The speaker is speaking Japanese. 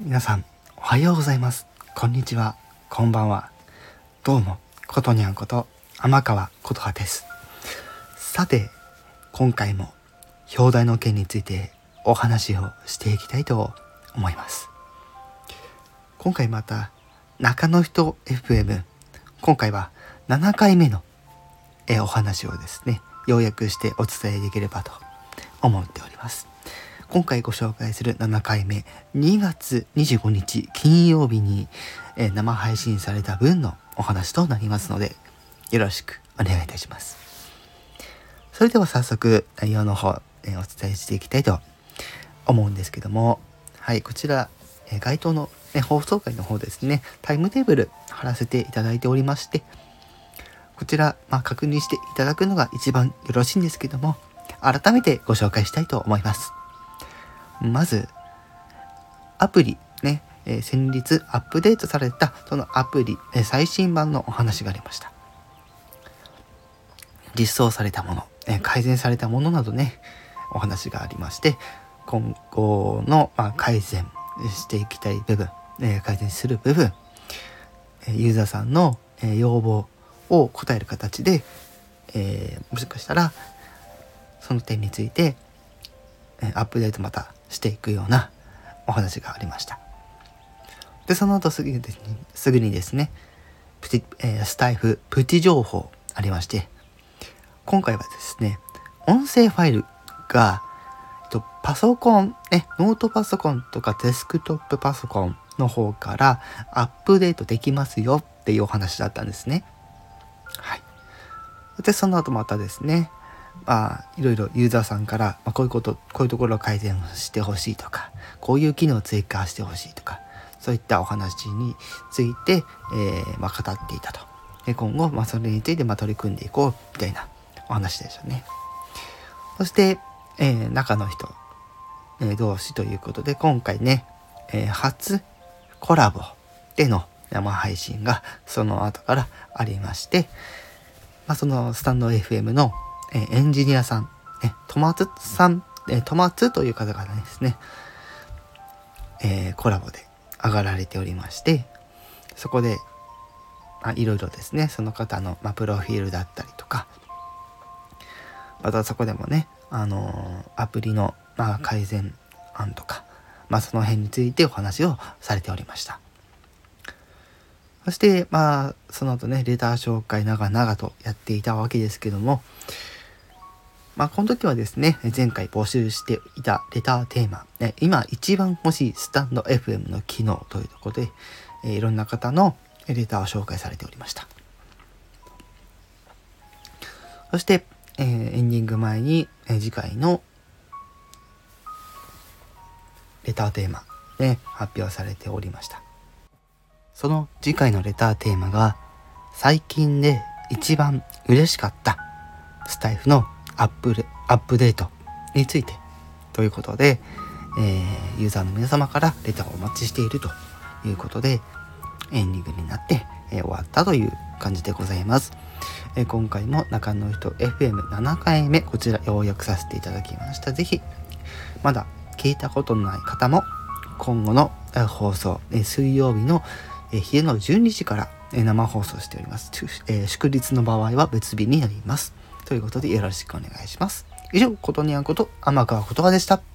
皆さんおはようございます。こんにちは。こんばんは。どうもことにゃんこと天川琴葉です。さて今回も表題の件についてお話をしていきたいと思います。今回また中の人 FM、 今回は7回目のお話をですね、要約してお伝えできればと思っております。今回ご紹介する7回目、2月25日金曜日に生配信された分のお話となりますので、よろしくお願いいたします。それでは早速内容の方、お伝えしていきたいと思うんですけども、はい、こちら該当の、放送回の方ですね、タイムテーブル貼らせていただいておりまして、こちら、確認していただくのが一番よろしいんですけども、改めてご紹介したいと思います。まずアプリね、先日アップデートされたそのアプリ、最新版のお話がありました。実装されたもの、改善されたものなどね、お話がありまして、今後の、改善していきたい部分、改善する部分、ユーザーさんの、要望を答える形で、もしかしたらその点についてアップデートまたしていくようなお話がありました。でその後すぐにですね、スタイフプチ情報ありまして、今回はですね、音声ファイルがパソコン、ノートパソコンとかデスクトップパソコンの方からアップデートできますよっていうお話だったんですね。はい。でその後またですね、いろいろユーザーさんから、こういうところを改善してほしいとか、こういう機能を追加してほしいとか、そういったお話について、語っていたと。で今後、それについて取り組んでいこうみたいなお話でしたね。そして、中の人、同士ということで、今回ね、初コラボでの生配信がその後からありまして、そのスタンド FM のエンジニアさん、トマツさん、トマツという方がですね、コラボで上がられておりまして、そこで、いろいろですね、その方の、プロフィールだったりとか、またそこでもね、アプリの、改善案とか、その辺についてお話をされておりました。そして、その後ね、レター紹介長々とやっていたわけですけども、この時はですね、前回募集していたレターテーマ、今一番欲しいスタンド FM の機能というところで、いろんな方のレターを紹介されておりました。そして、エンディング前に、次回のレターテーマで発表されておりました。その次回のレターテーマが、最近で一番嬉しかったスタイフのアップデートについてということで、ユーザーの皆様からレターをお待ちしているということで、エンディングになって、終わったという感じでございます。今回も中の人 FM7 回目、こちら要約させていただきました。ぜひまだ聞いたことのない方も今後の放送、水曜日の昼の12時から生放送しております。祝日の場合は別日になります。ということでよろしくお願いします。以上、ことにゃんこと天川ことはでした。